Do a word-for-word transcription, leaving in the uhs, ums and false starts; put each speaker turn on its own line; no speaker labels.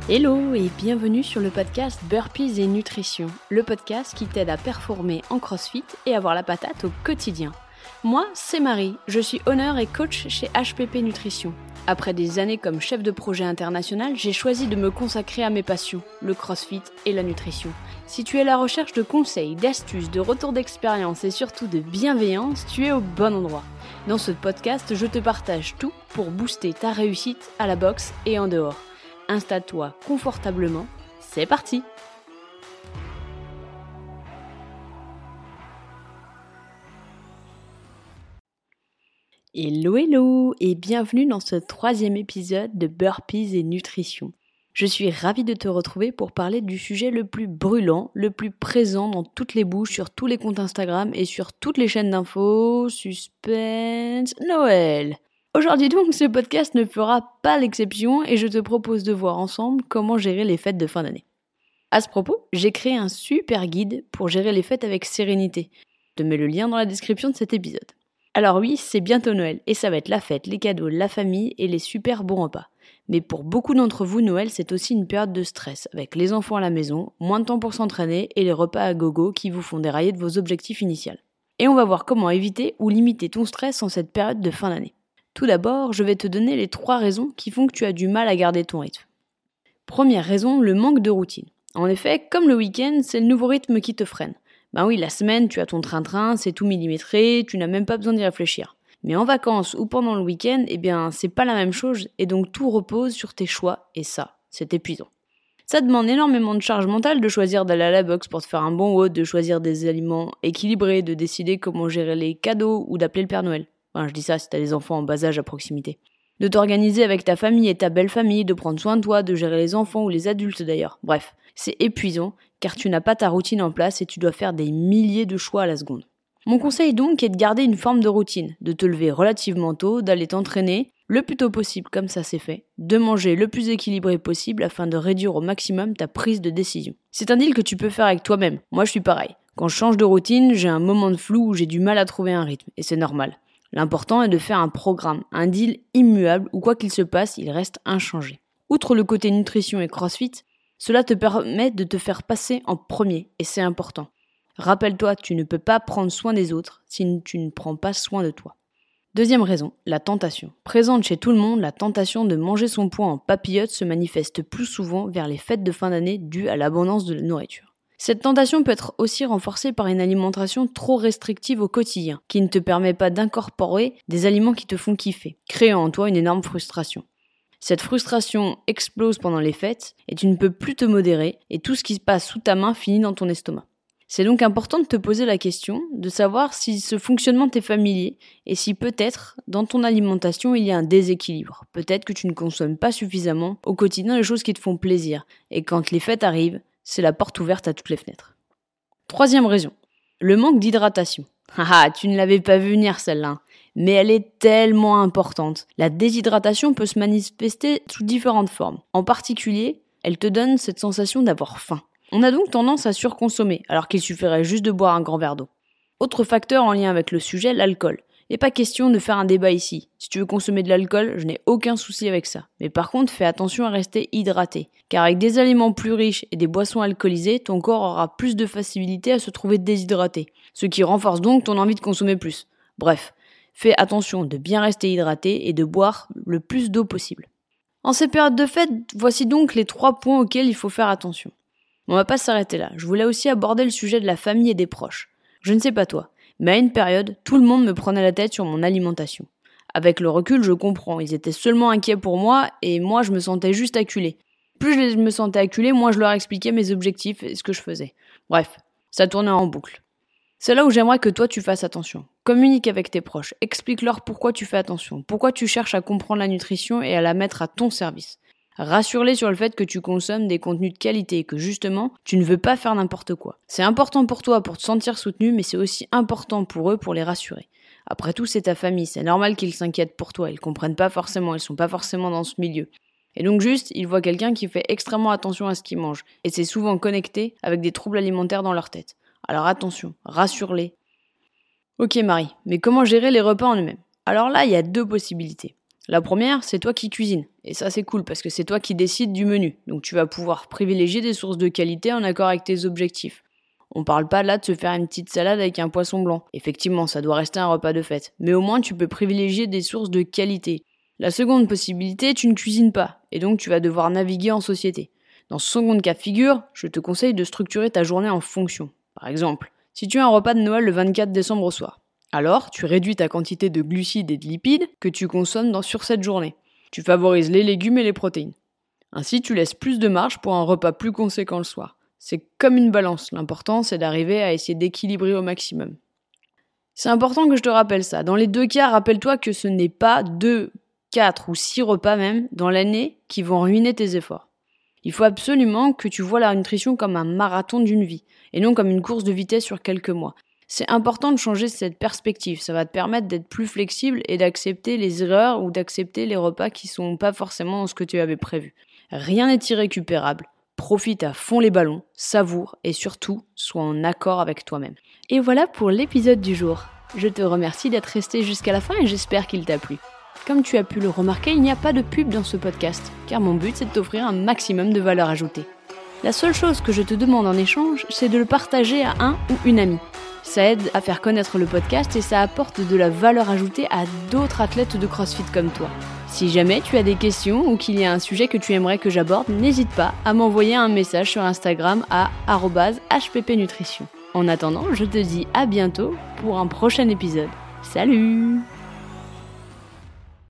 Hello et bienvenue sur le podcast Burpees et Nutrition, le podcast qui t'aide à performer en CrossFit et avoir la patate au quotidien. Moi, c'est Marie, je suis owner et coach chez H P P Nutrition. Après des années comme chef de projet international, j'ai choisi de me consacrer à mes passions, le CrossFit et la nutrition. Si tu es à la recherche de conseils, d'astuces, de retours d'expérience et surtout de bienveillance, tu es au bon endroit. Dans ce podcast, je te partage tout pour booster ta réussite à la boxe et en dehors. Installe-toi confortablement, c'est parti! Hello hello et bienvenue dans ce troisième épisode de Burpees et Nutrition. Je suis ravie de te retrouver pour parler du sujet le plus brûlant, le plus présent dans toutes les bouches, sur tous les comptes Instagram et sur toutes les chaînes d'infos, suspense, Noël. Aujourd'hui donc, ce podcast ne fera pas l'exception et je te propose de voir ensemble comment gérer les fêtes de fin d'année. À ce propos, j'ai créé un super guide pour gérer les fêtes avec sérénité. Je te mets le lien dans la description de cet épisode. Alors oui, c'est bientôt Noël et ça va être la fête, les cadeaux, la famille et les super bons repas. Mais pour beaucoup d'entre vous, Noël c'est aussi une période de stress, avec les enfants à la maison, moins de temps pour s'entraîner et les repas à gogo qui vous font dérailler de vos objectifs initiaux. Et on va voir comment éviter ou limiter ton stress en cette période de fin d'année. Tout d'abord, je vais te donner les trois raisons qui font que tu as du mal à garder ton rythme. Première raison, le manque de routine. En effet, comme le week-end, c'est le nouveau rythme qui te freine. Ben oui, la semaine, tu as ton train-train, c'est tout millimétré, tu n'as même pas besoin d'y réfléchir. Mais en vacances ou pendant le week-end, eh bien, c'est pas la même chose et donc tout repose sur tes choix et ça, c'est épuisant. Ça demande énormément de charge mentale de choisir d'aller à la boxe pour te faire un bon WOD, de choisir des aliments équilibrés, de décider comment gérer les cadeaux ou d'appeler le Père Noël. Enfin, je dis ça si t'as des enfants en bas âge à proximité. De t'organiser avec ta famille et ta belle famille, de prendre soin de toi, de gérer les enfants ou les adultes d'ailleurs. Bref, c'est épuisant car tu n'as pas ta routine en place et tu dois faire des milliers de choix à la seconde. Mon conseil donc est de garder une forme de routine, de te lever relativement tôt, d'aller t'entraîner le plus tôt possible comme ça c'est fait, de manger le plus équilibré possible afin de réduire au maximum ta prise de décision. C'est un deal que tu peux faire avec toi-même. Moi je suis pareil. Quand je change de routine, j'ai un moment de flou où j'ai du mal à trouver un rythme et c'est normal. L'important est de faire un programme, un deal immuable où quoi qu'il se passe, il reste inchangé. Outre le côté nutrition et CrossFit, cela te permet de te faire passer en premier et c'est important. Rappelle-toi, tu ne peux pas prendre soin des autres si tu ne prends pas soin de toi. Deuxième raison, la tentation. Présente chez tout le monde, la tentation de manger son poids en papillote se manifeste plus souvent vers les fêtes de fin d'année dues à l'abondance de nourriture. Cette tentation peut être aussi renforcée par une alimentation trop restrictive au quotidien, qui ne te permet pas d'incorporer des aliments qui te font kiffer, créant en toi une énorme frustration. Cette frustration explose pendant les fêtes et tu ne peux plus te modérer et tout ce qui se passe sous ta main finit dans ton estomac. C'est donc important de te poser la question de savoir si ce fonctionnement t'est familier et si peut-être dans ton alimentation il y a un déséquilibre. Peut-être que tu ne consommes pas suffisamment au quotidien les choses qui te font plaisir et quand les fêtes arrivent, c'est la porte ouverte à toutes les fenêtres. Troisième raison, le manque d'hydratation. Haha, tu ne l'avais pas vu venir celle-là, mais elle est tellement importante. La déshydratation peut se manifester sous différentes formes. En particulier, elle te donne cette sensation d'avoir faim. On a donc tendance à surconsommer, alors qu'il suffirait juste de boire un grand verre d'eau. Autre facteur en lien avec le sujet, l'alcool. Il n'est pas question de faire un débat ici. Si tu veux consommer de l'alcool, je n'ai aucun souci avec ça. Mais par contre, fais attention à rester hydraté. Car avec des aliments plus riches et des boissons alcoolisées, ton corps aura plus de facilité à se trouver déshydraté. Ce qui renforce donc ton envie de consommer plus. Bref, fais attention de bien rester hydraté et de boire le plus d'eau possible. En ces périodes de fête, voici donc les trois points auxquels il faut faire attention. On va pas s'arrêter là. Je voulais aussi aborder le sujet de la famille et des proches. Je ne sais pas toi. Mais à une période, tout le monde me prenait la tête sur mon alimentation. Avec le recul, je comprends, ils étaient seulement inquiets pour moi et moi je me sentais juste acculé. Plus je me sentais acculé, moins je leur expliquais mes objectifs et ce que je faisais. Bref, ça tournait en boucle. C'est là où j'aimerais que toi tu fasses attention. Communique avec tes proches, explique-leur pourquoi tu fais attention, pourquoi tu cherches à comprendre la nutrition et à la mettre à ton service. Rassure-les sur le fait que tu consommes des contenus de qualité et que justement, tu ne veux pas faire n'importe quoi. C'est important pour toi pour te sentir soutenu, mais c'est aussi important pour eux pour les rassurer. Après tout, c'est ta famille, c'est normal qu'ils s'inquiètent pour toi, ils comprennent pas forcément, ils sont pas forcément dans ce milieu. Et donc juste, ils voient quelqu'un qui fait extrêmement attention à ce qu'il mange, et c'est souvent connecté avec des troubles alimentaires dans leur tête. Alors attention, rassure-les. Ok Marie, mais comment gérer les repas en eux-mêmes ? Alors là, il y a deux possibilités. La première, c'est toi qui cuisines. Et ça, c'est cool parce que c'est toi qui décides du menu. Donc tu vas pouvoir privilégier des sources de qualité en accord avec tes objectifs. On parle pas là de se faire une petite salade avec un poisson blanc. Effectivement, ça doit rester un repas de fête. Mais au moins, tu peux privilégier des sources de qualité. La seconde possibilité, tu ne cuisines pas. Et donc, tu vas devoir naviguer en société. Dans ce second cas de figure, je te conseille de structurer ta journée en fonction. Par exemple, si tu as un repas de Noël le vingt-quatre décembre au soir, alors tu réduis ta quantité de glucides et de lipides que tu consommes dans, sur cette journée. Tu favorises les légumes et les protéines. Ainsi, tu laisses plus de marge pour un repas plus conséquent le soir. C'est comme une balance, l'important c'est d'arriver à essayer d'équilibrer au maximum. C'est important que je te rappelle ça. Dans les deux cas, rappelle-toi que ce n'est pas deux, quatre ou six repas même dans l'année qui vont ruiner tes efforts. Il faut absolument que tu vois la nutrition comme un marathon d'une vie, et non comme une course de vitesse sur quelques mois. C'est important de changer cette perspective, ça va te permettre d'être plus flexible et d'accepter les erreurs ou d'accepter les repas qui sont pas forcément dans ce que tu avais prévu. Rien n'est irrécupérable, profite à fond les ballons, savoure et surtout, sois en accord avec toi-même. Et voilà pour l'épisode du jour. Je te remercie d'être resté jusqu'à la fin et j'espère qu'il t'a plu. Comme tu as pu le remarquer, il n'y a pas de pub dans ce podcast, car mon but c'est de t'offrir un maximum de valeur ajoutée. La seule chose que je te demande en échange, c'est de le partager à un ou une amie. Ça aide à faire connaître le podcast et ça apporte de la valeur ajoutée à d'autres athlètes de CrossFit comme toi. Si jamais tu as des questions ou qu'il y a un sujet que tu aimerais que j'aborde, n'hésite pas à m'envoyer un message sur Instagram à arobase h p p nutrition. En attendant, je te dis à bientôt pour un prochain épisode. Salut!